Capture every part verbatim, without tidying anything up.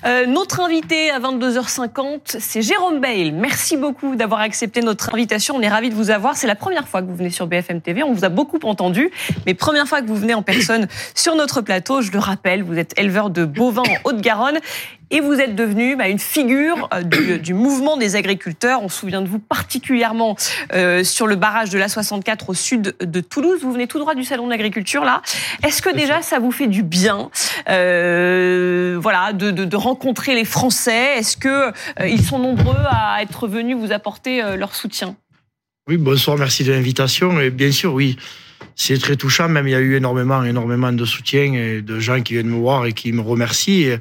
Euh, notre invité à vingt-deux heures cinquante, c'est Jérôme Bail. Merci beaucoup d'avoir accepté notre invitation. On est ravis de vous avoir. C'est la première fois que vous venez sur B F M T V. On vous a beaucoup entendu, mais première fois que vous venez en personne sur notre plateau. Je le rappelle, vous êtes éleveur de bovins en Haute-Garonne. Et vous êtes devenu bah, une figure euh, du, du mouvement des agriculteurs. On se souvient de vous particulièrement euh, sur le barrage de l'A soixante-quatre au sud de Toulouse. Vous venez tout droit du salon de l'agriculture, là. Est-ce que déjà ça vous fait du bien euh, voilà, de, de, de rencontrer les Français? Est-ce qu'ils euh, sont nombreux à être venus vous apporter euh, leur soutien? Oui, bonsoir, merci de l'invitation. Et bien sûr, oui, c'est très touchant. Même il y a eu énormément, énormément de soutien et de gens qui viennent me voir et qui me remercient. Et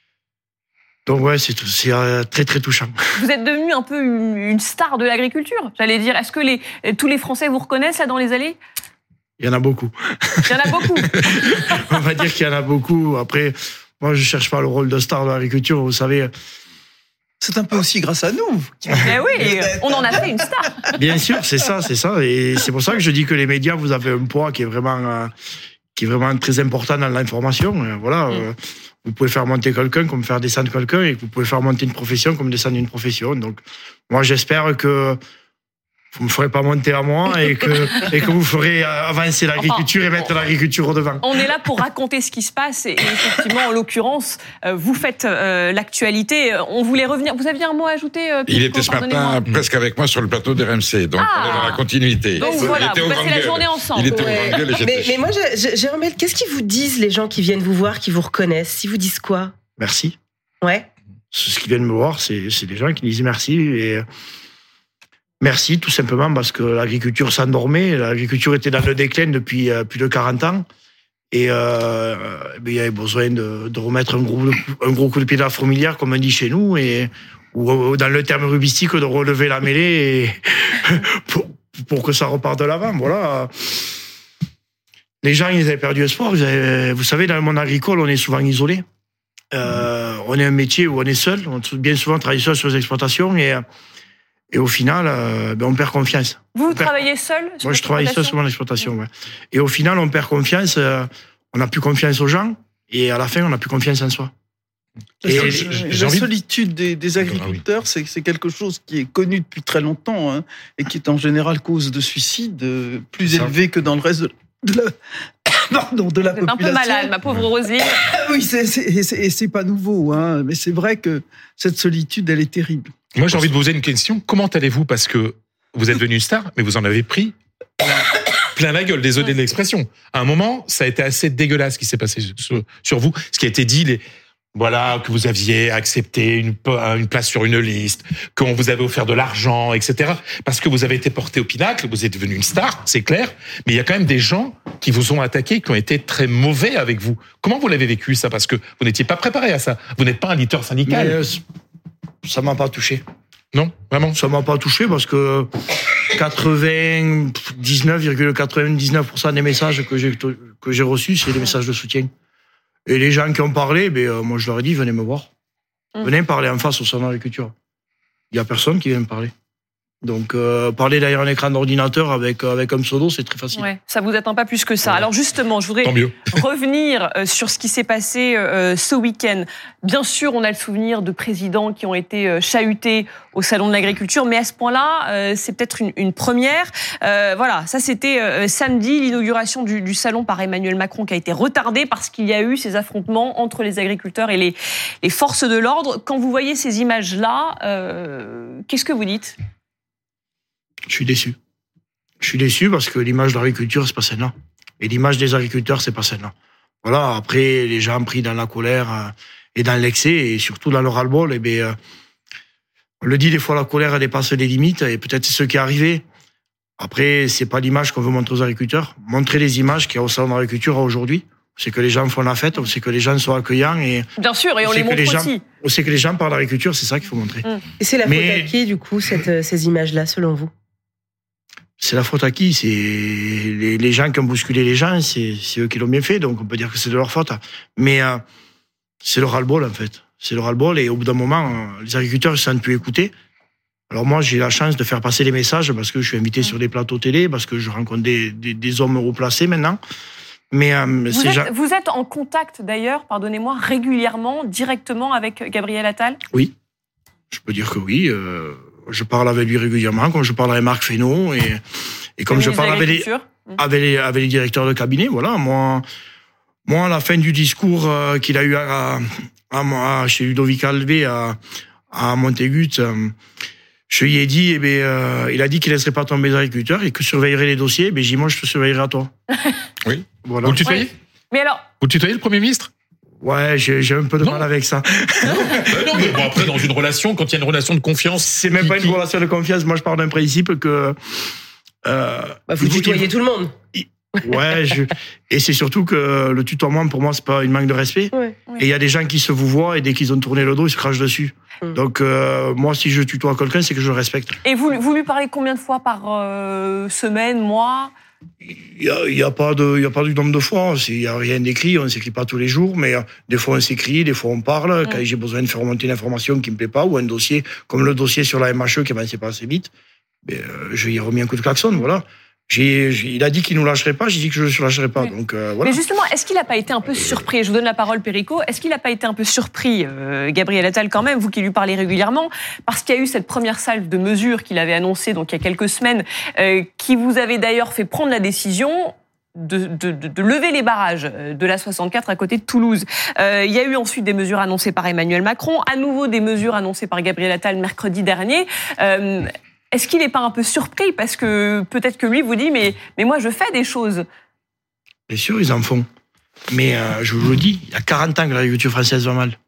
donc ouais, c'est, c'est très très touchant. Vous êtes devenu un peu une, une star de l'agriculture, j'allais dire. Est-ce que les, tous les Français vous reconnaissent là dans les allées? Il y en a beaucoup. Il y en a beaucoup. On va dire qu'il y en a beaucoup. Après, moi je cherche pas le rôle de star de l'agriculture, vous savez. C'est un peu aussi grâce à nous. Mais oui, on en a fait une star. Bien sûr, c'est ça, c'est ça. Et c'est pour ça que je dis que les médias, vous avez un poids qui est vraiment, euh, qui est vraiment très important dans l'information. Voilà. Mm. Euh, Vous pouvez faire monter quelqu'un comme faire descendre quelqu'un et vous pouvez faire monter une profession comme descendre une profession. Donc, moi, j'espère que vous me ferez pas monter à moi et que, et que vous ferez avancer l'agriculture et mettre l'agriculture au devant. On est là pour raconter ce qui se passe et effectivement, en l'occurrence, vous faites euh, l'actualité. On voulait revenir. Vous aviez un mot à ajouter, euh, Il était ce matin presque avec moi sur le plateau d'R M C, donc ah, on est dans la continuité. Donc voilà, vous passez la journée ensemble. Il était ouais. au gueule, mais, mais moi, Jérôme Bail, qu'est-ce qu'ils vous disent, les gens qui viennent vous voir, qui vous reconnaissent? Ils vous disent quoi? Merci. Ouais. Ce qui viennent me voir, c'est, c'est des gens qui disent merci et merci, tout simplement, parce que l'agriculture s'endormait. L'agriculture était dans le déclin depuis euh, plus de quarante ans. Et euh, il y avait besoin de, de remettre un gros, un gros coup de pied dans la fourmilière, comme on dit chez nous, et, ou dans le terme rubistique, de relever la mêlée et, pour, pour que ça reparte de l'avant. Voilà. Les gens, ils avaient perdu espoir. Vous, avez, vous savez, dans le monde agricole, on est souvent isolé. Euh, on est un métier où on est seul. On bien souvent travaille seul sur les exploitations et Et au final, euh, ben on perd confiance. Vous, vous perd... travaillez seul sur Moi, je travaille seul sur mon exploitation, ouais. Et au final, on perd confiance, euh, on n'a plus confiance aux gens, et à la fin, on n'a plus confiance en soi. La, et j'ai, j'ai la solitude des, des agriculteurs, c'est, c'est quelque chose qui est connu depuis très longtemps, hein, et qui est en général cause de suicide euh, plus élevé que dans le reste de, de la... Pardon, de la Vous êtes population. un peu malade, ma pauvre Roselyne. Oui, c'est, c'est, c'est, et c'est pas nouveau, hein, mais c'est vrai que cette solitude, elle est terrible. Moi, j'ai envie de vous poser une question. Comment allez-vous? Parce que vous êtes devenu une star, mais vous en avez pris plein, plein la gueule, désolé de l'expression. À un moment, ça a été assez dégueulasse ce qui s'est passé sur, sur vous. Ce qui a été dit, les, voilà, que vous aviez accepté une, une place sur une liste, qu'on vous avait offert de l'argent, et cetera. Parce que vous avez été porté au pinacle, vous êtes devenu une star, c'est clair. Mais il y a quand même des gens qui vous ont attaqué, qui ont été très mauvais avec vous. Comment vous l'avez vécu, ça? Parce que vous n'étiez pas préparé à ça. Vous n'êtes pas un leader syndical. Mais, euh, ça m'a pas touché. Non, vraiment. Ça m'a pas touché parce que quatre-vingt-dix-neuf virgule quatre-vingt-dix-neuf pour cent des messages que j'ai que j'ai reçus, c'est des messages de soutien. Et les gens qui ont parlé, ben euh, moi je leur ai dit venez me voir, mmh. venez me parler en face au salon d'agriculture. Il y a personne qui vient me parler. Donc, euh, parler derrière un écran d'ordinateur avec, avec un pseudo, c'est très facile. Ouais, ça vous atteint pas plus que ça. Ouais. Alors justement, je voudrais revenir sur ce qui s'est passé euh, ce week-end. Bien sûr, on a le souvenir de présidents qui ont été euh, chahutés au Salon de l'Agriculture, mais à ce point-là, euh, c'est peut-être une, une première. Euh, voilà, ça c'était euh, samedi, l'inauguration du, du salon par Emmanuel Macron qui a été retardée parce qu'il y a eu ces affrontements entre les agriculteurs et les, les forces de l'ordre. Quand vous voyez ces images-là, euh, qu'est-ce que vous dites ? Je suis déçu. Je suis déçu parce que l'image de l'agriculture, c'est pas celle-là. Et l'image des agriculteurs, c'est pas celle-là. Voilà, après, les gens pris dans la colère euh, et dans l'excès, et surtout dans le ras-le-bol, eh bien, euh, on le dit, des fois, la colère, elle dépasse les limites, et peut-être c'est ce qui est arrivé. Après, c'est pas l'image qu'on veut montrer aux agriculteurs. Montrer les images qu'il y a au salon de l'agriculture aujourd'hui. C'est que les gens font la fête, on sait que les gens sont accueillants. Et bien sûr, et on, on les montre les gens, aussi. On sait que les gens parlent d'agriculture, c'est ça qu'il faut montrer. Mmh. Et c'est la faute Mais... à qui, du coup, cette, ces images-là, selon vous ? C'est la faute à qui? C'est les, les gens qui ont bousculé les gens, c'est, c'est eux qui l'ont bien fait, donc on peut dire que c'est de leur faute. Mais euh, c'est le ras-le-bol, en fait. C'est le ras-le-bol, et au bout d'un moment, euh, les agriculteurs ne se sentent plus écoutés. Alors moi, j'ai la chance de faire passer les messages parce que je suis invité sur des plateaux télé, parce que je rencontre des, des, des hommes haut placés maintenant. Mais euh, Vous c'est êtes, ja- vous êtes en contact d'ailleurs, pardonnez-moi, régulièrement, directement avec Gabriel Attal? Oui, je peux dire que oui. euh, je parle avec lui régulièrement, comme je parle avec Marc Fesneau et, et comme Le je ministre de parle avec les, l'Agriculture. avec, les, avec les directeurs de cabinet. Voilà, moi, moi à la fin du discours euh, qu'il a eu à, à, à, chez Ludovic Alvé à, à Montégut, euh, je lui ai dit, eh ben, euh, il a dit qu'il laisserait pas tomber les agriculteurs et que surveillerait les dossiers. Ben, j'ai dit, moi, je te surveillerai à toi. Oui. Voilà. Vous le tutoyez? Oui. Mais alors, Vous le tutoyez, le Premier ministre? Ouais, j'ai, j'ai un peu de Non. mal avec ça. Euh, Non, mais bon, après, dans une relation, quand il y a une relation de confiance. C'est même qui- pas une qui- relation de confiance. Moi, je pars d'un principe que. Euh, Bah, vous il faut- tutoyez il tout le monde. faut- Ouais, je... et c'est surtout que le tutoiement, pour moi, c'est pas une manque de respect. Ouais. Oui. Et il y a des gens qui se vous voient et dès qu'ils ont tourné le dos, ils se crachent dessus. Mm. Donc, euh, moi, si je tutoie quelqu'un, c'est que je le respecte. et vous, vous lui parlez combien de fois par euh, semaine, mois? Il y a, il y a pas de, il y a pas du nombre de fois. C'est- Il y a rien d'écrit. On s'écrit pas tous les jours, mais euh, des fois on s'écrit, des fois on parle. Mm. Quand j'ai besoin de faire remonter une information qui me plaît pas ou un dossier, comme le dossier sur la M H E qui avançait pas assez vite, ben, euh, je lui ai remis un coup de klaxon. Voilà. J'ai, j'ai- il a dit qu'il nous lâcherait pas. J'ai dit que je ne lâcherais pas. Oui. Donc euh, voilà. Mais justement, est-ce qu'il n'a pas été un peu surpris? Je vous donne la parole, Perico. Est-ce qu'il n'a pas été un peu surpris, euh, Gabriel Attal, quand même, vous qui lui parlez régulièrement, parce qu'il y a eu cette première salve de mesures qu'il avait annoncée donc il y a quelques semaines, euh, qui vous avait d'ailleurs fait prendre la décision de, de, de, de lever les barrages de l'A soixante-quatre à côté de Toulouse. Euh, il y a eu ensuite des mesures annoncées par Emmanuel Macron, à nouveau des mesures annoncées par Gabriel Attal mercredi dernier. Euh, Est-ce qu'il n'est pas un peu surpris? Parce que peut-être que lui vous dit, mais, mais moi je fais des choses. Bien sûr, ils en font. Mais euh, je vous le dis, il y a quarante ans que l'agriculture française va mal.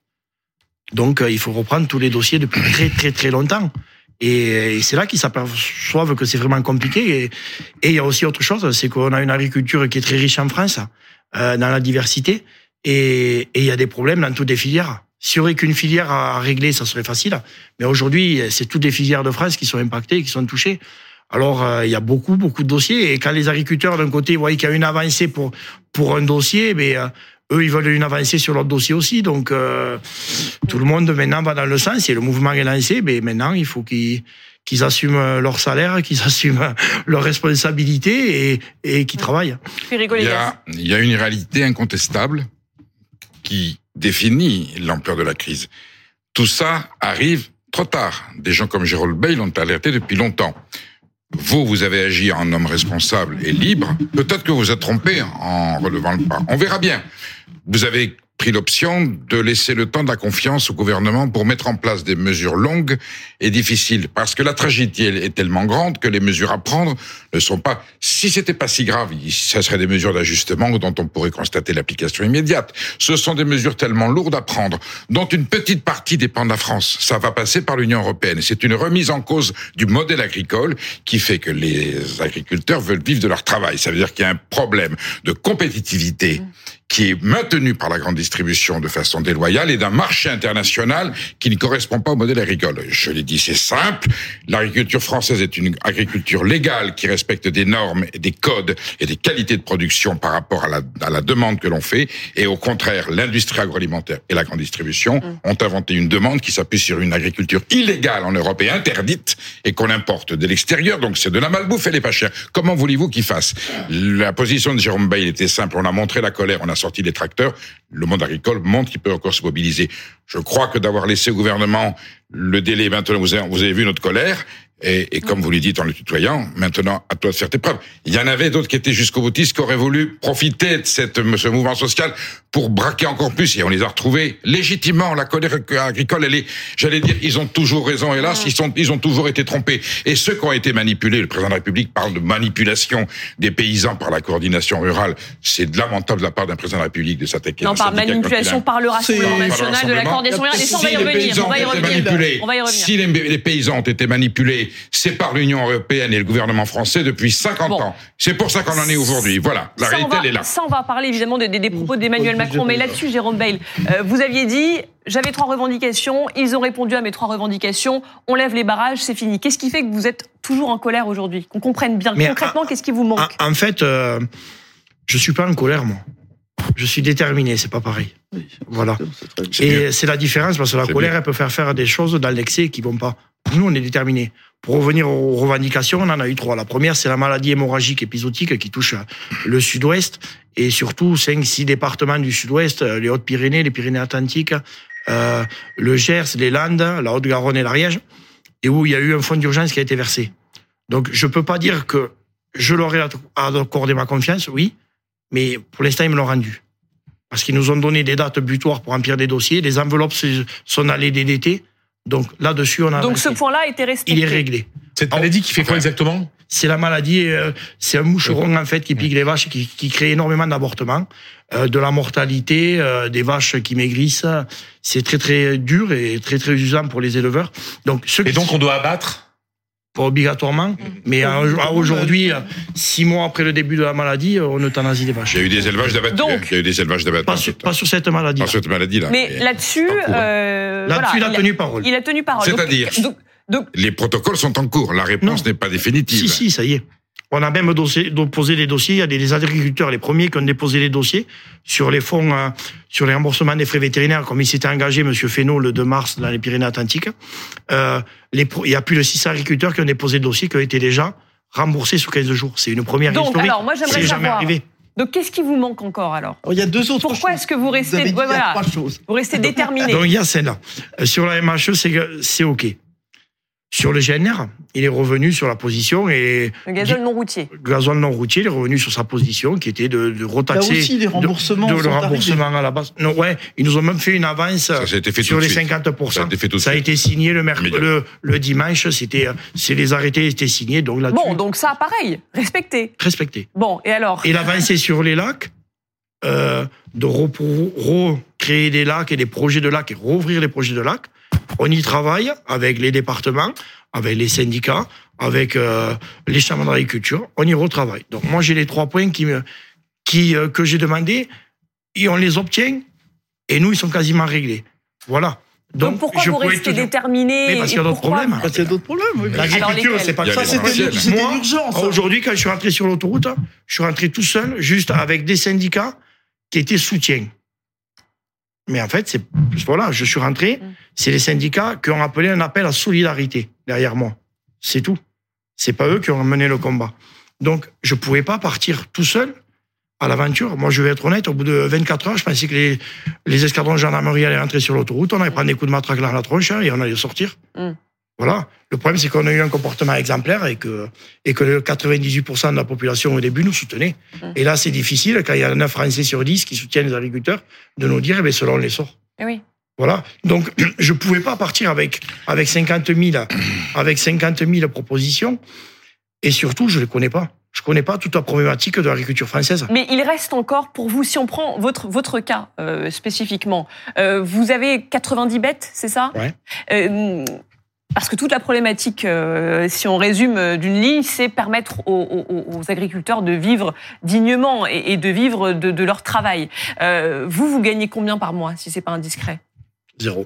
Donc, euh, il faut reprendre tous les dossiers depuis très, très, très longtemps. Et, et c'est là qu'ils s'aperçoivent que c'est vraiment compliqué. Et, et il y a aussi autre chose, c'est qu'on a une agriculture qui est très riche en France, euh, dans la diversité. Et, et il y a des problèmes dans toutes les filières. S'il y aurait qu'une filière à régler, ça serait facile. Mais aujourd'hui, c'est toutes les filières de France qui sont impactées, qui sont touchées. Alors, euh, il y a beaucoup, beaucoup de dossiers. Et quand les agriculteurs, d'un côté, voient qu'il y a une avancée pour, pour un dossier, mais, euh, eux, ils veulent une avancée sur leur dossier aussi. Donc, euh, tout le monde, maintenant, va dans le sens. Et le mouvement est lancé. Mais maintenant, il faut qu'ils, qu'ils assument leur salaire, qu'ils assument leurs responsabilités et, et qu'ils travaillent. Perico Il y, Légas. a, il y a une réalité incontestable qui définit l'ampleur de la crise. Tout ça arrive trop tard. Des gens comme Jérôme Bail l'ont alerté depuis longtemps. Vous, vous avez agi en homme responsable et libre. Peut-être que vous vous êtes trompé en relevant le pas. On verra bien. Vous avez pris l'option de laisser le temps de la confiance au gouvernement pour mettre en place des mesures longues et difficiles. Parce que la tragédie est tellement grande que les mesures à prendre ne sont pas... Si c'était pas si grave, ça serait des mesures d'ajustement dont on pourrait constater l'application immédiate. Ce sont des mesures tellement lourdes à prendre, dont une petite partie dépend de la France. Ça va passer par l'Union européenne. C'est une remise en cause du modèle agricole qui fait que les agriculteurs veulent vivre de leur travail. Ça veut dire qu'il y a un problème de compétitivité qui est maintenu par la grande distribution de façon déloyale et d'un marché international qui ne correspond pas au modèle agricole. Je l'ai dit, c'est simple. L'agriculture française est une agriculture légale qui respecte des normes, et des codes et des qualités de production par rapport à la, à la demande que l'on fait. Et au contraire, l'industrie agroalimentaire et la grande distribution mmh. ont inventé une demande qui s'appuie sur une agriculture illégale en Europe et interdite et qu'on importe de l'extérieur. Donc c'est de la malbouffe, elle est pas chère. Comment voulez-vous qu'ils fassent? La position de Jérôme Bail était simple. On a montré la colère, on a sorti les tracteurs. Le monde agricole montre qu'il peut encore se mobiliser. Je crois que d'avoir laissé au gouvernement le délai, maintenant vous avez, vous avez vu notre colère, et, et comme vous le dites en le tutoyant, maintenant à toi de faire tes preuves. Il y en avait d'autres qui étaient jusqu'au boutiste, qui auraient voulu profiter de cette, ce mouvement social pour braquer encore plus, et on les a retrouvés légitimement. La colère agricole, elle est, j'allais dire, ils ont toujours raison, hélas, ils sont, ils ont toujours été trompés. Et ceux qui ont été manipulés, le président de la République parle de manipulation des paysans par la coordination rurale, c'est lamentable de la part d'un président de la République de s'attaquer. Non, par manipulation par le Rassemblement national de la coordination rurale. Et ça, on va y revenir. On va y revenir. On va y revenir. Si les, les paysans ont été manipulés, c'est par l'Union européenne et le gouvernement français depuis cinquante bon. ans. C'est pour ça qu'on en est aujourd'hui. Voilà, la ça, réalité, va, elle est là. Ça, on va parler évidemment des, des propos d'Emmanuel Macron. Mais là-dessus, Jérôme Bail, euh, vous aviez dit, j'avais trois revendications, ils ont répondu à mes trois revendications, on lève les barrages, c'est fini. Qu'est-ce qui fait que vous êtes toujours en colère aujourd'hui? Qu'on comprenne bien. Mais concrètement, qu'est-ce qui vous manque? En, en fait, euh, je suis pas en colère, moi. Je suis déterminé, c'est pas pareil. Oui, voilà. C'est et c'est la différence, parce que la colère, bien. Elle peut faire faire des choses dans l'excès qui vont pas. Nous, on est déterminés. Pour revenir aux revendications, on en a eu trois. La première, c'est la maladie hémorragique épisodique qui touche le sud-ouest et surtout cinq six départements du sud-ouest, les Hautes-Pyrénées, les Pyrénées-Atlantiques, euh, le Gers, les Landes, la Haute-Garonne et l'Ariège, et où il y a eu un fonds d'urgence qui a été versé. Donc, je peux pas dire que je leur ai accordé ma confiance, oui, mais pour l'instant, ils me l'ont rendu. Parce qu'ils nous ont donné des dates butoirs pour remplir des dossiers, les enveloppes sont allées D D T. Donc là-dessus, on a. Donc ce point-là a été respecté. Il est réglé. Cette maladie qui fait quoi exactement ? C'est la maladie, euh, c'est un moucheron en fait qui pique les vaches, qui, qui crée énormément d'avortements, euh, de la mortalité, euh, des vaches qui maigrissent. C'est très très dur et très très usant pour les éleveurs. Donc ceux et qui donc on doit abattre ? Pas obligatoirement, mais à, à aujourd'hui, six mois après le début de la maladie, on euthanasie des vaches. Il y a eu des élevages d'abattement. Donc, il y a eu des élevages d'abattement. Pas sur, pas sur cette maladie. Pas sur cette maladie-là. Mais, mais là-dessus, euh, là-dessus, voilà, il a tenu parole. Il a tenu parole. C'est-à-dire, donc, donc, les protocoles sont en cours. La réponse n'est pas définitive. Si, si, ça y est. On a même dossier, déposé des dossiers. Il y a des, des agriculteurs, les premiers qui ont déposé les dossiers sur les fonds, euh, sur les remboursements des frais vétérinaires, comme il s'était engagé, Monsieur Fesneau, le deux mars, dans les Pyrénées-Atlantiques. Euh, les, il y a plus de six cents agriculteurs qui ont déposé des dossiers qui ont été déjà remboursés sous quinze jours. C'est une première donc, historique. alors, moi, j'aimerais C'est jamais savoir. arrivé. Donc, qu'est-ce qui vous manque encore alors ? Alors, il y a deux autres Pourquoi choses. est-ce que vous restez, Vous avez dit, ouais, il y a voilà, trois choses. vous restez déterminé ? Donc il y a celle-là. Euh, Sur la M H E, c'est que c'est OK. Sur le G N R, il est revenu sur la position et Le gazole non routier. le gasoil non routier, il est revenu sur sa position qui était de, de retaxer. Là aussi, les remboursements de, de, sont le remboursement à la base. Non, ouais, ils nous ont même fait une avance Ça, ça a été fait sur tout de les suite. cinquante pour cent. Ça a été fait tout de Ça a suite. été signé le, merc- Immédiat. le, le dimanche, c'était, c'est les arrêtés étaient signés, donc là-dessus, Bon, donc ça, pareil, respecté. respecté. Bon, et alors ? Et l'avancée sur les lacs, euh, de re- recréer des lacs et des projets de lacs et rouvrir les projets de lacs, on y travaille avec les départements, avec les syndicats, avec euh, les chambres d'agriculture, on y retravaille. Donc moi j'ai les trois points qui me, qui euh, que j'ai demandé et on les obtient et nous ils sont quasiment réglés. Voilà. Donc, Donc, pourquoi je vous pouvais restez toujours- déterminé Mais parce et qu'il y a d'autres pourquoi problèmes. Parce qu'il y a d'autres problèmes. Oui. L'agriculture, lesquels c'est pas Il y a ça. les Ça, c'était essentiel. c'était Moi, l'urgence. hein. Aujourd'hui, quand je suis rentré sur l'autoroute, je suis rentré tout seul, juste avec des syndicats qui étaient soutiens. Mais en fait, c'est voilà, je suis rentré, Mm. c'est les syndicats qui ont appelé un appel à solidarité derrière moi. C'est tout. C'est pas eux qui ont mené le combat. Donc, je pouvais pas partir tout seul à l'aventure. Moi, je vais être honnête, au bout de vingt-quatre heures, je pensais que les, les escadrons de gendarmerie allaient rentrer sur l'autoroute, on allait prendre des coups de matraque dans la tronche hein, et on allait sortir. Mm. Voilà. Le problème, c'est qu'on a eu un comportement exemplaire et que, et que quatre-vingt-dix-huit pour cent de la population au début nous soutenait. Mm. Et là, c'est difficile, quand il y a neuf Français sur dix qui soutiennent les agriculteurs, de nous dire, eh bien, selon les sorts. Eh oui. Voilà. Donc, je pouvais pas partir avec, avec cinquante mille, avec cinquante mille propositions. Et surtout, je les connais pas. Je connais pas toute la problématique de l'agriculture française. Mais il reste encore pour vous, si on prend votre, votre cas euh, spécifiquement, euh, vous avez quatre-vingt-dix bêtes, c'est ça ? Ouais. Euh, parce que toute la problématique, euh, si on résume euh, d'une ligne, c'est permettre aux, aux, aux agriculteurs de vivre dignement et, et de vivre de, de leur travail. Euh, vous, vous gagnez combien par mois, si c'est pas indiscret ? Zéro.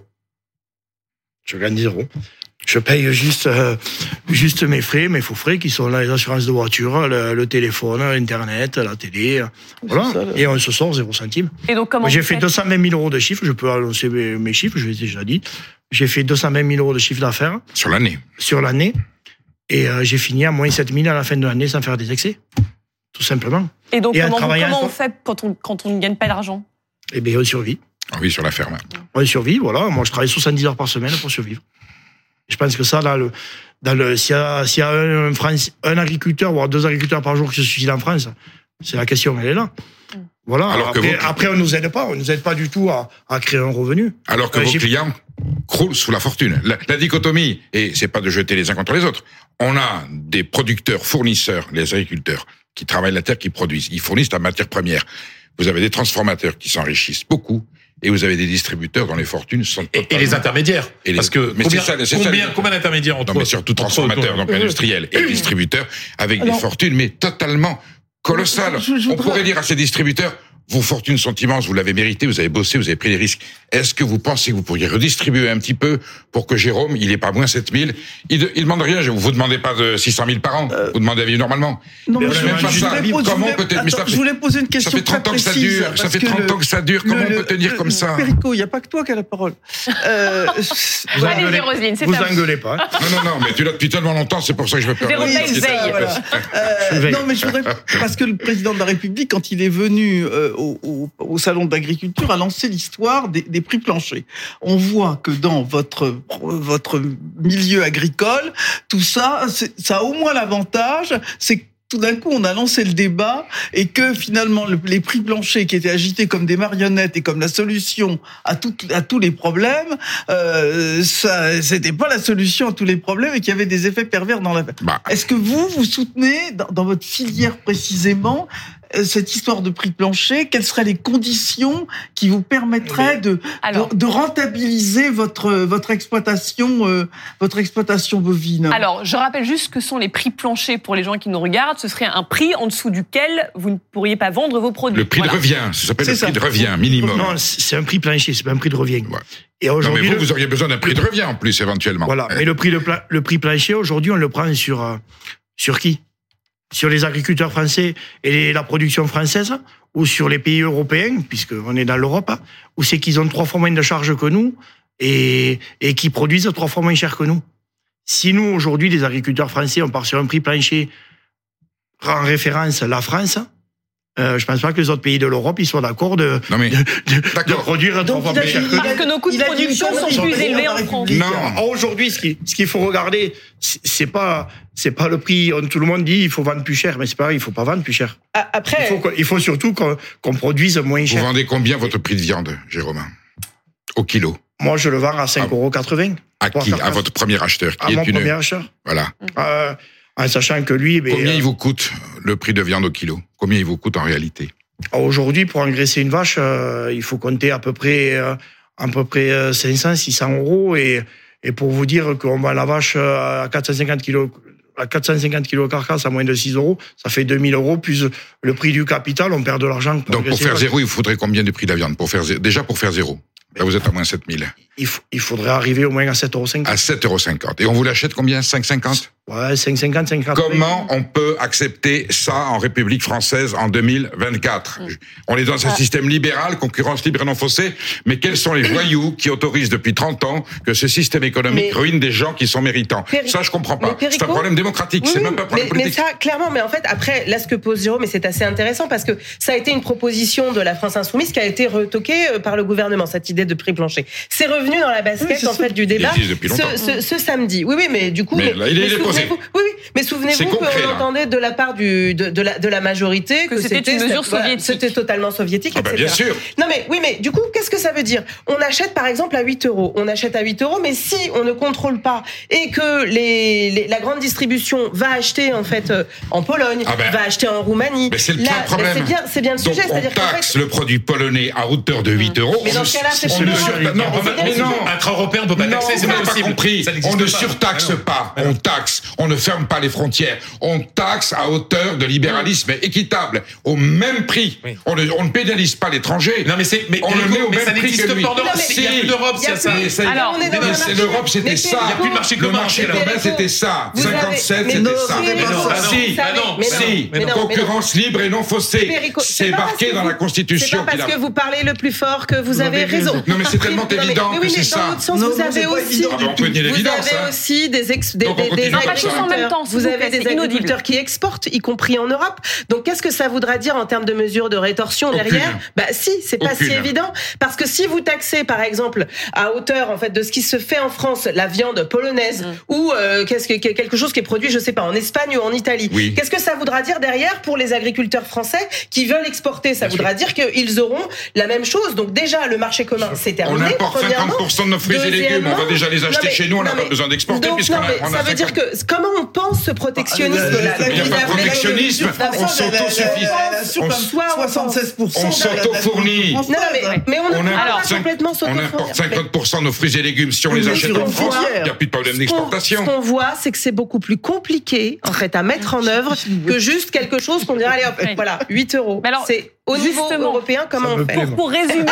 Je gagne zéro. Je paye juste, euh, juste mes frais, mes faux frais qui sont là, les assurances de voiture, le, le téléphone, l'Internet, la télé. Voilà. C'est ça, là. Et on se sort zéro centime. Et donc comment J'ai vous fait faites deux cent vingt mille euros de chiffre, je peux annoncer mes, mes chiffres, je l'ai déjà dit. J'ai fait deux cent vingt mille euros de chiffre d'affaires Sur l'année. sur l'année. Et euh, j'ai fini à moins sept mille à la fin de l'année sans faire des excès. Tout simplement. Et donc Et en comment, vous- travaillant comment on sur- fait quand on, quand on ne gagne pas d'argent ? Et bien, on survit. Ah oui, sur la ferme. On survit, voilà. Moi, je travaille soixante-dix heures par semaine pour survivre. Je pense que ça, dans le, dans le, s'il y a, s'il y a un, un, France- un agriculteur, voire deux agriculteurs par jour qui se suicident en France, c'est la question, elle est là. Voilà. Alors que après, vous- après, on nous aide pas. On nous aide pas du tout à, à créer un revenu. Alors que Euh, vos j'ai- clients croulent sous la fortune. La, la dichotomie, et c'est pas de jeter les uns contre les autres, on a des producteurs, fournisseurs, les agriculteurs, qui travaillent la terre, qui produisent. Ils fournissent la matière première. Vous avez des transformateurs qui s'enrichissent beaucoup, et vous avez des distributeurs dont les fortunes sont Et, et les intermédiaires. Et les- Parce que mais combien, c'est ça, c'est ça, combien, les- combien d'intermédiaires entre Non, mais surtout entre- transformateurs, donc industriels et distributeurs, avec Alors- des fortunes, mais totalement colossales. Je- je On voudrais- pourrait dire à ces distributeurs, vos fortunes sont immenses, vous l'avez mérité, vous avez bossé, vous avez pris des risques. est-ce que vous pensez que vous pourriez redistribuer un petit peu pour que Jérôme, il ait pas moins sept mille? Il, il demande rien, vous ne demandez pas de six cent mille par an, euh... vous demandez à vivre normalement. Non, mais vous je, même pas je, ça. Pose, comment je, peut-être, attends, mais ça fait, je voulais poser une question ça fait trente ans que ça dure, ça fait trente ans que ça dure, comment le, on peut tenir le, comme ça? Perico, il n'y a pas que toi qui as la parole. Euh, vous engueulez, Roselyne, c'est vous engueulez pas. Hein. Non, non, non, mais tu l'as depuis tellement longtemps, c'est pour ça que je me permets. Jérôme Bail veille. Voilà. Euh, non, mais je voudrais, parce que le président de la République, quand il est venu euh, au, au, au salon de l'agriculture, a lancé l'histoire des, des prix planchers. On voit que dans votre votre milieu agricole, tout ça, ça a au moins l'avantage, c'est que tout d'un coup, on a lancé le débat et que finalement, le, les prix planchers qui étaient agités comme des marionnettes et comme la solution à, tout, à tous les problèmes, euh, ça, c'était pas la solution à tous les problèmes et qu'il y avait des effets pervers dans la. Bah. Est-ce que vous, vous soutenez dans, dans votre filière précisément cette histoire de prix plancher? Quelles seraient les conditions qui vous permettraient de, Alors, de, de rentabiliser votre, votre exploitation, euh, votre exploitation bovine? Alors, je rappelle juste ce que sont les prix planchers pour les gens qui nous regardent. Ce serait un prix en dessous duquel vous ne pourriez pas vendre vos produits. Le prix voilà. de revient, ça s'appelle c'est le ça. prix de revient minimum. Non, c'est un prix plancher, c'est pas un prix de revient. Ouais. Et aujourd'hui, non, mais vous, le... vous auriez besoin d'un prix de revient en plus, éventuellement. Voilà, mais le prix, de pla... le prix plancher, aujourd'hui, on le prend sur, euh, sur qui? Sur les agriculteurs français et la production française, ou sur les pays européens, puisqu'on est dans l'Europe, où c'est qu'ils ont trois fois moins de charges que nous et, et qui produisent trois fois moins cher que nous. Si nous, aujourd'hui, les agriculteurs français, on part sur un prix plancher en référence la France, Euh, je pense pas que les autres pays de l'Europe ils soient d'accord de, non mais, de, de, de produire trois fois plus cher que nous. Parce que nos coûts de production sont plus élevés en France. Non, aujourd'hui, ce qu'il ce qu'il faut regarder, c'est pas c'est pas le prix. Tout le monde dit il faut vendre plus cher, mais c'est pas vrai, il faut pas vendre plus cher. Après, il faut, il faut surtout qu'on, qu'on produise moins cher. Vous vendez combien votre prix de viande, Jérôme, au kilo? Moi, je le vends à cinq euros quatre-vingts. À qui? À votre premier acheteur, qui à est mon une. premier acheteur. Voilà. Euh, en sachant que lui, combien ben, il vous coûte le prix de viande au kilo? Combien il vous coûte en réalité? Aujourd'hui, pour engraisser une vache, euh, il faut compter à peu près, euh, à peu près euh, cinq cents, six cents euros. Et, et pour vous dire qu'on vend la vache à quatre cent cinquante kilos, à quatre cent cinquante kilos carcasse à moins de six euros, ça fait deux mille euros plus le prix du capital, on perd de l'argent. Pour Donc pour faire zéro, il vous faudrait combien de prix de la viande? Pour faire zéro, déjà pour faire zéro. Là, vous êtes à moins sept mille. Il, f- il faudrait arriver au moins à sept euros cinquante. À sept euros cinquante. Et on vous l'achète combien? cinq cinquante? Ouais, cinq cinquante, cinq quatre. Comment on peut accepter ça en République française en deux mille vingt-quatre? Mmh. On est dans un ah. système libéral, concurrence libre et non faussée, mais quels sont les voyous qui autorisent depuis trente ans que ce système économique mais ruine des gens qui sont méritants? Péri... Ça, je comprends pas. Perico... C'est un problème démocratique, oui, c'est oui, même pas un problème mais, politique. Mais ça, clairement, mais en fait, après, là, ce que pose Jérôme, mais c'est assez intéressant parce que ça a été une proposition de la France Insoumise qui a été retoquée par le gouvernement, cette idée de prix plancher. C'est revenu dans la basket, oui, en fait, du débat ce, ce, ce samedi. Oui, oui, mais du coup, mais, mais, là, il est, mais il est posé. Oui, oui, mais souvenez-vous qu'on entendait de la part du, de, de, la, de la majorité que, que c'était, c'était une mesure soviétique. Voilà, c'était totalement soviétique, ah bah, et cetera. Bien sûr. Non, mais oui, mais du coup, qu'est-ce que ça veut dire? On achète, par exemple, à huit euros. On achète à huit euros, mais si on ne contrôle pas et que les, les, la grande distribution va acheter, en fait, en Pologne, ah ben, va acheter en Roumanie. Mais c'est le là, problème. C'est bien, c'est bien le donc sujet. On c'est-à-dire taxe fait... le produit polonais à hauteur de huit euros. Mais dans ce cas-là, c'est on ne sur... Non, mais non. Intra-européen, on ne peut pas taxer, c'est pas possible. Compris. On ne surtaxe pas. On taxe. On ne ferme pas les frontières. On taxe à hauteur de libéralisme équitable, au même prix. Oui. On, ne, on ne pénalise pas l'étranger. Non, mais c'est, mais, on le met au mais même ça prix n'existe que lui. pas en Europe. Il n'y a plus d'Europe, c'est ça. Alors, c'est l'Europe, c'était ça. Il n'y a plus de marché commun. Le marché commun, c'était ça. cinquante-sept, c'était ça. Si, si. Concurrence libre et non faussée. C'est marqué dans la Constitution. C'est pas parce que vous parlez le plus fort que vous avez raison. Non, mais c'est tellement évident que c'est ça. Dans l'autre sens, vous avez aussi, vous avez aussi des ex, des, des, des agriculteurs, vous avez des agriculteurs qui exportent, y compris en Europe. Donc, qu'est-ce que ça voudra dire en termes de mesures de rétorsion derrière? Bah, si, c'est pas si évident. Parce que si vous taxez, par exemple, à hauteur, en fait, de ce qui se fait en France, la viande polonaise, mmh. ou, euh, qu'est-ce que, quelque chose qui est produit, je sais pas, en Espagne ou en Italie. Oui. Qu'est-ce que ça voudra dire derrière pour les agriculteurs français qui veulent exporter? Ça Bien voudra sûr. dire qu'ils auront la même chose. Donc, déjà, le marché commun, c'est terminé. On importe cinquante pour cent de nos fruits et légumes. On va déjà les acheter chez nous. On n'a pas besoin d'exporter puisqu'on a, on a ça veut dire que comment on pense ce protectionnisme-là? Il n'y a pas de protectionnisme. On s'autosuffit. soixante-seize pour cent. On s'autofournit. Non, mais on importe complètement s'autofournir. On importe cinquante pour cent de nos fruits et légumes. Si on les achète en France, il n'y a plus de problème d'exportation. Ce qu'on voit, c'est que c'est beaucoup plus compliqué, en fait, à mettre en œuvre que juste quelque chose qu'on dirait, allez hop, voilà, huit euros. C'est Au niveau européen, comment on fait? Pour, pour résumer,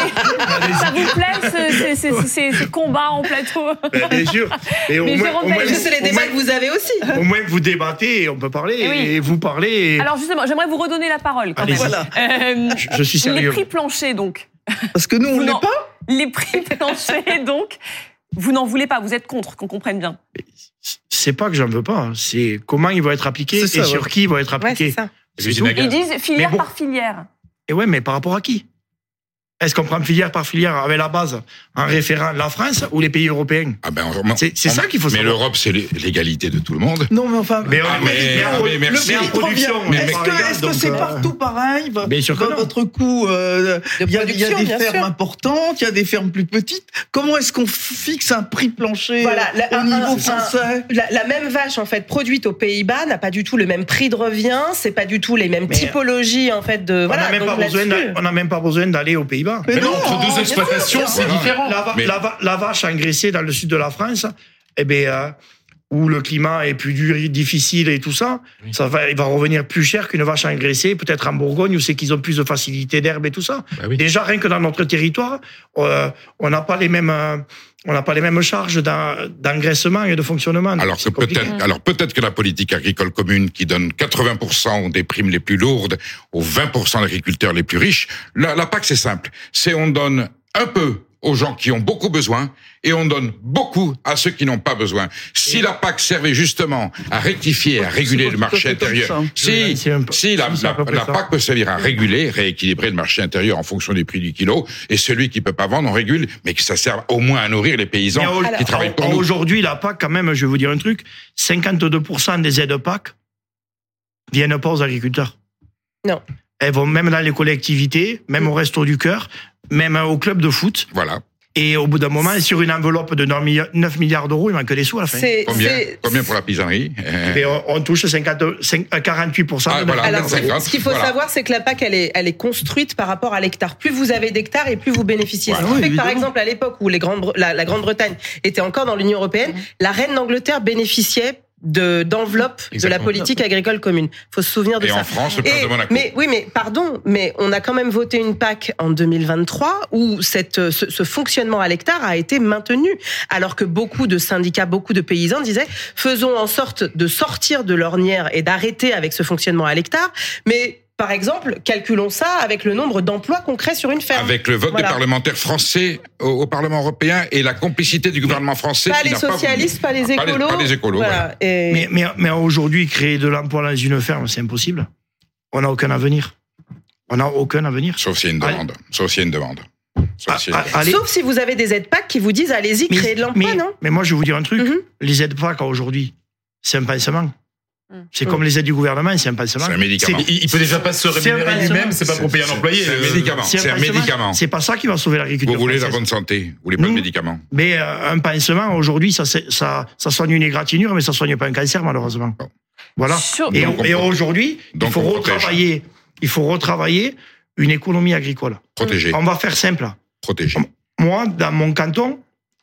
ça vous plaît ces, ces, ces, ces combats en plateau? Ben, bien sûr. Et au Mais moins, Jérôme Bell, c'est les débats que vous avez aussi. Au moins vous débattez et on peut parler et, oui. et vous parlez. Et... Alors justement, j'aimerais vous redonner la parole quand Allez, même. Voilà. Euh, je, je suis sérieux. Les prix planchers donc. Parce que nous on l'est pas. Les prix planchers donc. Vous n'en voulez pas, vous êtes contre, qu'on comprenne bien. C'est pas que j'en veux pas, c'est comment ils vont être appliqués ça, et sur ouais. qui ils vont être appliqués. Ouais, c'est ça. Ils disent filière bon, par filière. Et ouais, mais par rapport à qui? Est-ce qu'on prend filière par filière avec la base en référant la France ou les pays européens? Ah ben, c'est c'est ça qu'il faut savoir. Mais l'Europe, c'est l'égalité de tout le monde. Non, mais enfin, mais, ah, mais, mais, mais, mais merci. Le production. Est-ce que est-ce que c'est euh... partout pareil? Bien sûr que non. Votre coût, il euh, y, y a des fermes sûr. importantes, il y a des fermes plus petites. Comment est-ce qu'on fixe un prix plancher voilà, la, au un, niveau un, français? la, la même vache en fait produite aux Pays-Bas n'a pas du tout le même prix de revient, c'est pas du tout les mêmes mais typologies en fait de. On voilà, n'a même pas besoin d'aller aux Pays-Bas. Mais non. Deux exploitations, c'est différent. La, mais... la, la vache engraissée dans le sud de la France, eh ben, euh, où le climat est plus dur, difficile et tout ça, oui. ça va, il va revenir plus cher qu'une vache engraissée, peut-être en Bourgogne, où c'est qu'ils ont plus de facilité d'herbe et tout ça. Bah oui. Déjà, rien que dans notre territoire, euh, on n'a pas les mêmes, euh, on n'a pas les mêmes charges d'engraissement et de fonctionnement. Alors que peut-être, alors peut-être que la politique agricole commune, qui donne quatre-vingts pour cent des primes les plus lourdes aux vingt pour cent d'agriculteurs les plus riches, la, la P A C c'est simple, c'est on donne un peu aux gens qui ont beaucoup besoin et on donne beaucoup à ceux qui n'ont pas besoin. Si la P A C servait justement à rectifier, à réguler le marché intérieur, si, si la, la, la P A C peut servir à réguler, rééquilibrer le marché intérieur en fonction du prix du kilo, et celui qui peut pas vendre, on régule, mais que ça serve au moins à nourrir les paysans qui alors, travaillent pour nous. Aujourd'hui, la P A C, quand même, je vais vous dire un truc, cinquante-deux pour cent des aides P A C viennent pas aux agriculteurs. Non. Elles vont même dans les collectivités, même au Resto du Cœur, même au club de foot. Voilà. Et au bout d'un moment, sur une enveloppe de neuf milliards d'euros, il manque des sous à la fin. Combien, combien pour la paysannerie? Et on, on touche cinquante, quarante-huit pour cent. Ah, voilà, alors, cinquante, ce qu'il faut voilà. savoir, c'est que la P A C, elle est, elle est construite par rapport à l'hectare. Plus vous avez d'hectares et plus vous bénéficiez. Voilà, Ce qui oui, fait que, par évidemment. exemple, à l'époque où les grandes, la, la Grande-Bretagne était encore dans l'Union européenne, mmh. la reine d'Angleterre bénéficiait de d'enveloppe de la politique agricole commune. Faut se souvenir de et ça. Et en France, le prince de Monaco. Mais oui, mais pardon, mais on a quand même voté une P A C en deux mille vingt-trois où cette ce, ce fonctionnement à l'hectare a été maintenu, alors que beaucoup de syndicats, beaucoup de paysans disaient faisons en sorte de sortir de l'ornière et d'arrêter avec ce fonctionnement à l'hectare, mais par exemple, calculons ça avec le nombre d'emplois concrets sur une ferme. Avec le vote voilà. des parlementaires français au, au Parlement européen et la complicité du gouvernement français. Pas qui les socialistes, pas, pas les écolos. Pas les, pas les écolos. Voilà. Voilà. Et... Mais, mais, mais aujourd'hui, créer de l'emploi dans une ferme, c'est impossible. On n'a aucun avenir. On n'a aucun avenir. Sauf s'il y a une demande. Allez. Sauf s'il y a une demande. Sauf, si, ah, Sauf si vous avez des aides P A C qui vous disent allez-y, créez de l'emploi, mais, non? Mais moi, je vais vous dire un truc. Mm-hmm. Les aides P A C aujourd'hui, c'est un pansement. C'est mmh. comme les aides du gouvernement, c'est un pansement. C'est un médicament. Il, il peut déjà pas se rémunérer lui-même, c'est pas pour payer un employé. C'est un médicament. C'est un, un médicament. C'est pas ça qui va sauver l'agriculture. Vous voulez française. la bonne santé, vous voulez pas mmh. de médicaments. Mais euh, un pansement, aujourd'hui, ça, ça, ça soigne une égratignure, mais ça soigne pas un cancer, malheureusement. Bon. Voilà. Sur... Et, et aujourd'hui, il faut retravailler, il faut retravailler une économie agricole. Protéger. On va faire simple. Protéger. Moi, dans mon canton,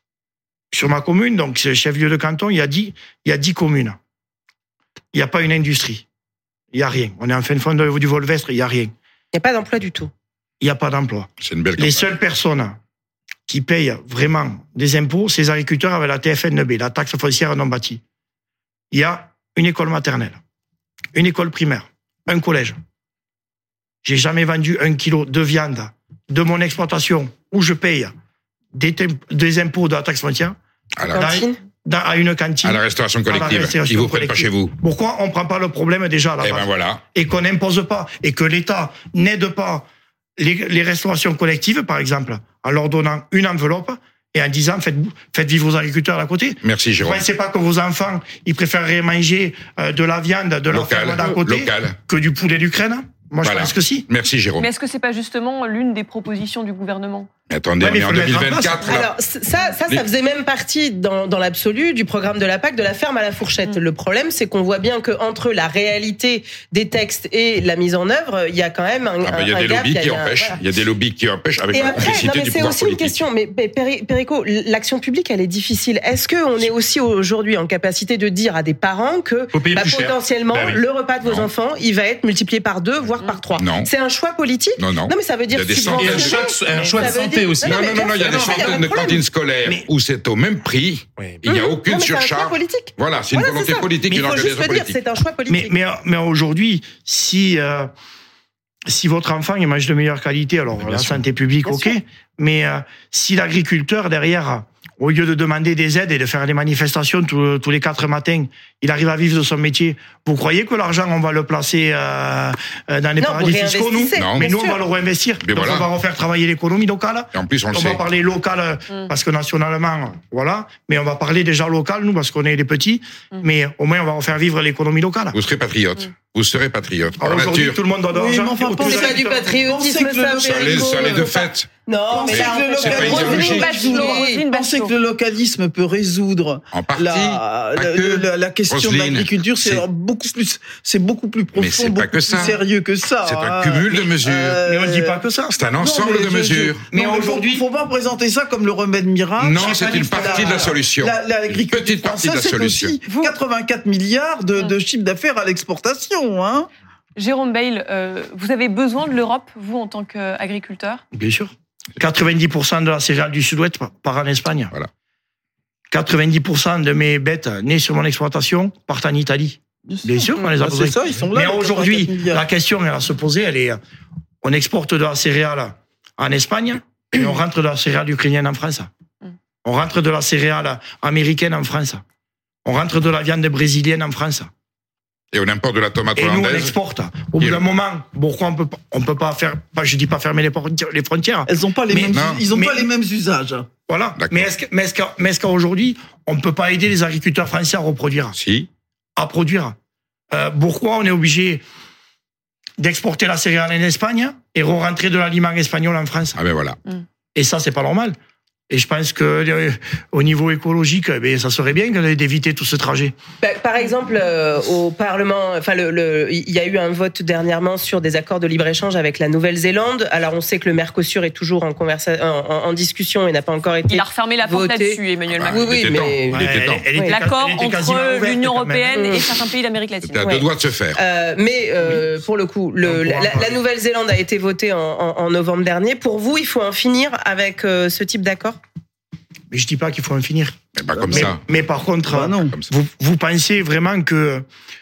sur ma commune, donc c'est le chef-lieu de canton, il y a dix, il y a dix communes. Il n'y a pas une industrie. Il n'y a rien. On est en fin de fond du Volvestre, il n'y a rien. Il n'y a pas d'emploi du tout. Il n'y a pas d'emploi. C'est une belle campagne. Les seules personnes qui payent vraiment des impôts, c'est les agriculteurs avec la T F N B, la taxe foncière non bâtie. Il y a une école maternelle, une école primaire, un collège. J'ai jamais vendu un kilo de viande de mon exploitation où je paye des, des impôts de la taxe foncière. À la cantine. Dans, à une cantine. À la restauration collective. Qui vous prête pas chez vous. Pourquoi on prend pas le problème déjà à la base? Et ben voilà. Et qu'on n'impose pas. Et que l'État n'aide pas les, les restaurations collectives, par exemple, en leur donnant une enveloppe et en disant faites, faites vivre vos agriculteurs à côté. Merci Jérôme. Vous ne pensez pas que vos enfants, ils préféreraient manger euh, de la viande de la ferme d'à côté local. que du poulet d'Ukraine? Moi, voilà. je pense que si. Merci Jérôme. Mais est-ce que c'est pas justement l'une des propositions du gouvernement? Mais attendez, ouais, mais on est en deux mille vingt-quatre. Alors, ça, ça, ça, ça faisait même partie, dans, dans l'absolu, du programme de la P A C, de la ferme à la fourchette. Mmh. Le problème, c'est qu'on voit bien qu'entre la réalité des textes et la mise en œuvre, il y a quand même un, ah ben, il y a un des gap, lobbies il y a, qui empêchent. Voilà. Il y a des lobbies qui empêchent avec et la complexité du pouvoir politique. C'est aussi une question, mais Perico, l'action publique, elle est difficile. Est-ce qu'on est aussi aujourd'hui en capacité de dire à des parents que bah, potentiellement, bah, oui. le repas de vos non. enfants, il va être multiplié par deux, voire par trois? Non. C'est un choix politique? Non, non. Non, mais ça veut dire subventionner. Un choix de santé aussi. Non, non, non, il y a des centaines de cantines scolaires où c'est au même prix. Il n'y a aucune surcharge. Voilà, c'est une volonté politique, une organisation politique. C'est un choix politique. Mais aujourd'hui, si si votre enfant il mange de meilleure qualité, alors la santé publique, ok. Mais si l'agriculteur derrière, au lieu de demander des aides et de faire des manifestations tous, tous les quatre matins, il arrive à vivre de son métier. Vous croyez que l'argent, on va le placer euh, dans les non, paradis fiscaux, nous non. Mais nous, sûr. on va le réinvestir. Mais Donc, voilà. on va refaire travailler l'économie locale. Et en plus, on, on le va sait. parler local, mm. parce que nationalement, voilà. Mais on va parler déjà local, nous, parce qu'on est des petits. Mm. Mais au moins, on va refaire vivre l'économie locale. Vous serez patriote. Mm. Vous serez patriote. Alors aujourd'hui, tout le monde doit de l'argent. Oui, enfin, c'est pas du patriotisme, ça. Ça l'est de fait. Non, mais là, on pensez que le localisme peut résoudre en partie, la, la, la question Roselyne, de l'agriculture, c'est, c'est beaucoup plus, c'est beaucoup plus profond, mais c'est beaucoup pas que plus ça. sérieux que ça. C'est un cumul mais, de mesures. Euh, mais on ne dit pas que ça. C'est un ensemble non, de mesures. Je, mais aujourd'hui, il faut pas présenter ça comme le remède miracle. Non, c'est une partie de la solution. Une petite partie de la solution. C'est aussi quatre-vingt-quatre milliards de, de chiffre d'affaires à l'exportation, hein. Jérôme Bail, euh, vous avez besoin de l'Europe, vous, en tant qu'agriculteur ? Bien sûr. quatre-vingt-dix pour cent de la céréale du Sud-Ouest part en Espagne. Voilà. quatre-vingt-dix pour cent de mes bêtes nées sur mon exploitation partent en Italie. Bien, Bien sûr, on les a besoin. C'est ça, ils sont là. Mais aujourd'hui, la question elle à se poser, elle est, on exporte de la céréale en Espagne et on rentre de la céréale ukrainienne en France. On rentre de la céréale américaine en France. On rentre de la viande brésilienne en France. Et on importe de la tomate hollandaise. Et nous, on exporte. Au bout d'un moment, pourquoi on peut pas, on peut pas faire, pas, je dis pas fermer les frontières. Elles ont pas les mais, mêmes, non. ils ont mais, pas les mêmes usages. Voilà. D'accord. Mais est-ce que, mais est-ce qu'à, mais est-ce qu'aujourd'hui, on ne peut pas aider les agriculteurs français à reproduire? Si. À produire. Euh, pourquoi on est obligé d'exporter la céréale en Espagne et re-rentrer de l'aliment espagnol en France? Ah ben voilà. Mm. Et ça, c'est pas normal. Et je pense que euh, au niveau écologique, ben, ça serait bien d'éviter tout ce trajet. Par exemple, euh, au Parlement, enfin, le, le, il y a eu un vote dernièrement sur des accords de libre-échange avec la Nouvelle-Zélande. Alors, on sait que le Mercosur est toujours en, conversa- en, en, en discussion et n'a pas encore été. Il a refermé la porte voté. là-dessus, Emmanuel Macron. Oui, oui, mais ouais, elle, elle était, l'accord entre l'Union européenne et certains pays d'Amérique latine. C'est à deux doigts de se faire. Euh, mais euh, oui. pour le coup, le, la, la Nouvelle-Zélande a été votée en, en, en novembre dernier. Pour vous, il faut en finir avec euh, ce type d'accord? Mais je dis pas qu'il faut en finir. Mais pas comme mais, ça. Mais par contre, bah non. Vous, vous pensez vraiment que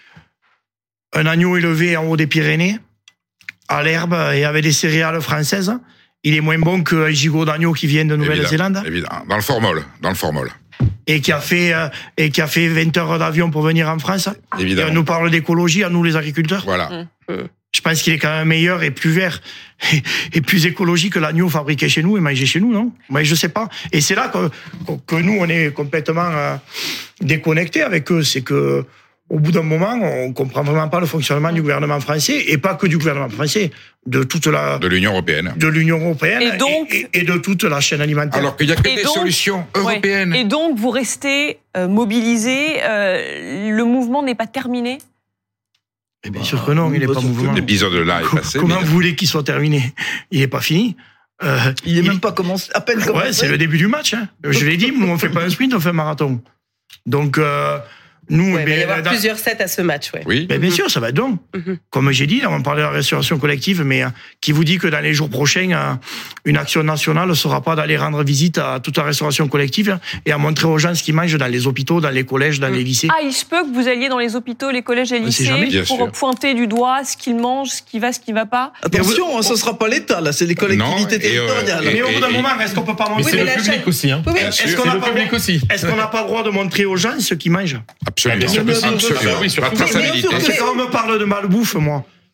un agneau élevé en haut des Pyrénées, à l'herbe et avec des céréales françaises, il est moins bon qu'un gigot d'agneau qui vient de Nouvelle-Zélande? Évidemment. Dans le formol. Dans le formol. Et qui a fait, euh, et qui a fait vingt heures d'avion pour venir en France? Évidemment. Et on nous parle d'écologie, à nous les agriculteurs? Voilà. Mmh. Je pense qu'il est quand même meilleur et plus vert et, et plus écologique que l'agneau fabriqué chez nous et mangé chez nous, non? Mais je sais pas. Et c'est là que, que nous, on est complètement euh, déconnectés avec eux. C'est que, au bout d'un moment, on comprend vraiment pas le fonctionnement du gouvernement français et pas que du gouvernement français, de toute la... De l'Union européenne. De l'Union européenne et, donc, et, et, et de toute la chaîne alimentaire. Alors qu'il y a que et des donc, solutions européennes. Ouais. Et donc, vous restez euh, mobilisés. Euh, le mouvement n'est pas terminé? Et bien sûr que non, il n'est pas mouvement. L'épisode là est passé. Comment vous voulez qu'il soit terminé? Il n'est pas fini. Euh, il n'est même pas commencé, à peine commencé. Ouais, c'est le début du match. Hein. Je l'ai dit, nous on fait pas un sprint, on fait un marathon. Donc euh, nous, ouais, ben, il va y avoir dans... plusieurs sets à ce match, ouais. Oui. Mais bien mm-hmm. sûr, ça va être long. Mm-hmm. Comme j'ai dit, on parlait de la restauration collective, mais euh, qui vous dit que dans les jours prochains, euh, une action nationale ne sera pas d'aller rendre visite à toute la restauration collective et à montrer aux gens ce qu'ils mangent dans les hôpitaux, dans les collèges, dans mm. les lycées. Ah, il se peut que vous alliez dans les hôpitaux, les collèges et les lycées pour sûr. pointer du doigt ce qu'ils mangent, ce qui va, ce qui ne va pas. Attention, ce ne sera pas l'État, là, c'est les collectivités non, territoriales. Euh, mais au bout d'un moment, est-ce qu'on peut pas montrer? Mais c'est le public chaîne... aussi, hein. Oui, oui. Est-ce qu'on n'a pas, est-ce qu'on n'a pas le droit de montrer aux gens ce qu'ils mangent? Absolument. Absolument. Absolument. Oui, la traçabilité. C'est quand on me parle de malbouffe, moi.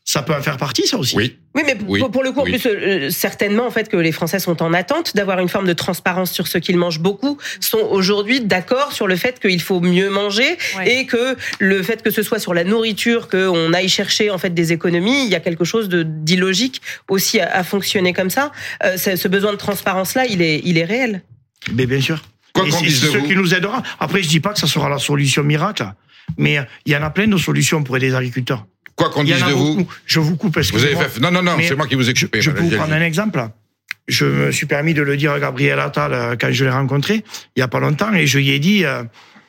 ça peut en faire partie, ça aussi. Oui. Oui, mais oui. Pour, pour le coup, en oui. plus, euh, certainement, en fait, que les Français sont en attente d'avoir une forme de transparence sur ce qu'ils mangent. Beaucoup sont aujourd'hui d'accord sur le fait qu'il faut mieux manger oui. et que le fait que ce soit sur la nourriture qu'on aille chercher en fait des économies, il y a quelque chose de d'illogique aussi à, à fonctionner comme ça. Euh, ce besoin de transparence-là, il est, il est réel. Mais bien sûr. Quoi qu'on dise de ce vous. qui nous aidera. Après, je dis pas que ça sera la solution miracle, mais il y en a plein de solutions pour aider les agriculteurs. Quoi qu'on dise de vous. Je vous coupe. Vous avez fait... Non, non, non, c'est moi qui vous ai coupé. Je, je peux vous prendre un exemple. Je me suis permis de le dire à Gabriel Attal quand je l'ai rencontré, il y a pas longtemps, et je lui ai dit, euh,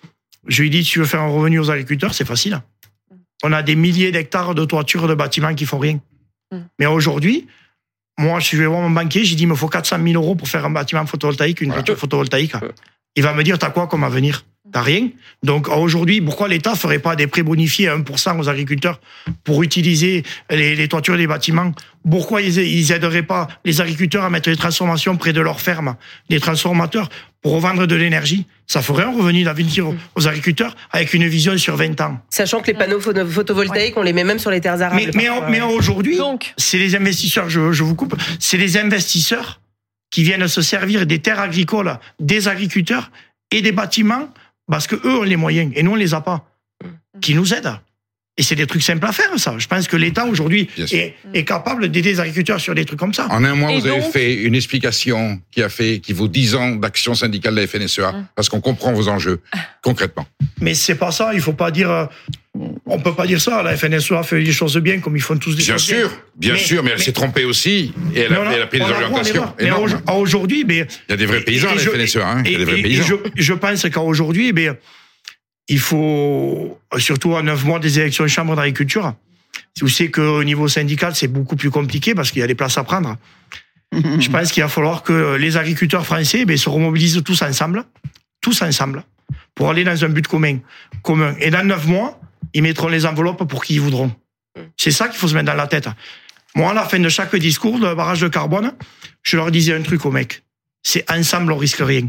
je lui ai dit, si tu veux faire un revenu aux agriculteurs, c'est facile. On a des milliers d'hectares de toitures de bâtiments qui font rien. Mm. Mais aujourd'hui, moi, je vais voir mon banquier, j'ai dit, il me faut quatre cent mille euros pour faire un bâtiment photovoltaïque, une toiture photovoltaïque. Il va me dire, t'as quoi comme avenir? T'as rien. Donc, aujourd'hui, pourquoi l'État ferait pas des prêts bonifiés à un pour cent aux agriculteurs pour utiliser les, les toitures des bâtiments? Pourquoi ils, ils aideraient pas les agriculteurs à mettre les transformations près de leurs fermes, des transformateurs pour revendre de l'énergie? Ça ferait un revenu d'avenir aux agriculteurs avec une vision sur vingt ans. Sachant que les panneaux photovoltaïques, ouais. on les met même sur les terres arables. Mais, mais, mais aujourd'hui, Donc. c'est les investisseurs, je, je vous coupe, c'est les investisseurs qui viennent se servir des terres agricoles, des agriculteurs et des bâtiments, parce que eux ont les moyens et nous on les a pas, qui nous aident. Et c'est des trucs simples à faire, ça. Je pense que l'État aujourd'hui est, est capable d'aider les agriculteurs sur des trucs comme ça. En un mois, et vous donc... avez fait une explication qui a fait, qui vaut dix ans d'action syndicale de la F N S E A, mmh. parce qu'on comprend vos enjeux concrètement. Mais c'est pas ça. Il faut pas dire. On peut pas dire ça. La F N S E A fait les choses bien, comme ils font tous des bien choses sûr, bien. Bien mais, sûr, mais elle mais, s'est trompée aussi et elle, a, elle a pris des orientations. Mais aujourd'hui, mais il y a des vrais paysans à la F N S E A. Hein, il y a des vrais et, paysans. Et je, je pense qu'aujourd'hui, mais il faut, surtout à neuf mois des élections de chambre d'agriculture, vous savez qu'au niveau syndical, c'est beaucoup plus compliqué parce qu'il y a des places à prendre. Je pense qu'il va falloir que les agriculteurs français ben, se remobilisent tous ensemble, tous ensemble, pour aller dans un but commun. commun. Et dans neuf mois, ils mettront les enveloppes pour qui ils voudront. C'est ça qu'il faut se mettre dans la tête. Moi, à la fin de chaque discours de barrage de carbone, je leur disais un truc aux mecs. C'est ensemble, on risque rien.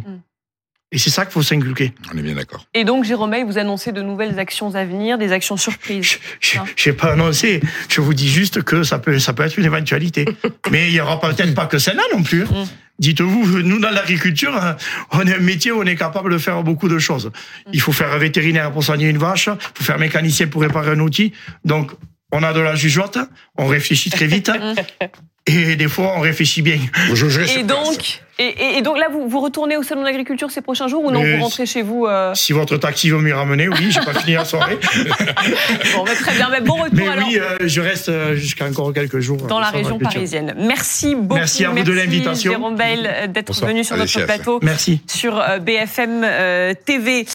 Et c'est ça qu'il faut s'inculquer. On est bien d'accord. Et donc, Jérôme Bail, vous annoncez de nouvelles actions à venir, des actions surprises. Je n'ai pas annoncé. Je vous dis juste que ça peut, ça peut être une éventualité. Mais il n'y aura peut-être pas que celle-là non plus. Mm. Dites-vous, nous, dans l'agriculture, on est un métier où on est capable de faire beaucoup de choses. Il faut faire un vétérinaire pour soigner une vache, il faut faire un mécanicien pour réparer un outil. Donc, on a de la jugeote, on réfléchit très vite. Et des fois, on réfléchit bien. Et donc, et, et, et donc là, vous, vous retournez au salon de l'agriculture ces prochains jours ou non, vous rentrez chez vous euh... Si votre taxi veut m'y ramener, oui, j'ai pas fini la soirée. Bon, mais très bien, mais bon retour mais alors. Oui, euh, je reste jusqu'à encore quelques jours. Dans la région parisienne. Merci beaucoup. Merci à vous Merci, de l'invitation. Jérôme Bail, d'être Bonsoir. venu sur Allez, notre chef. plateau. Merci. Sur B F M T V.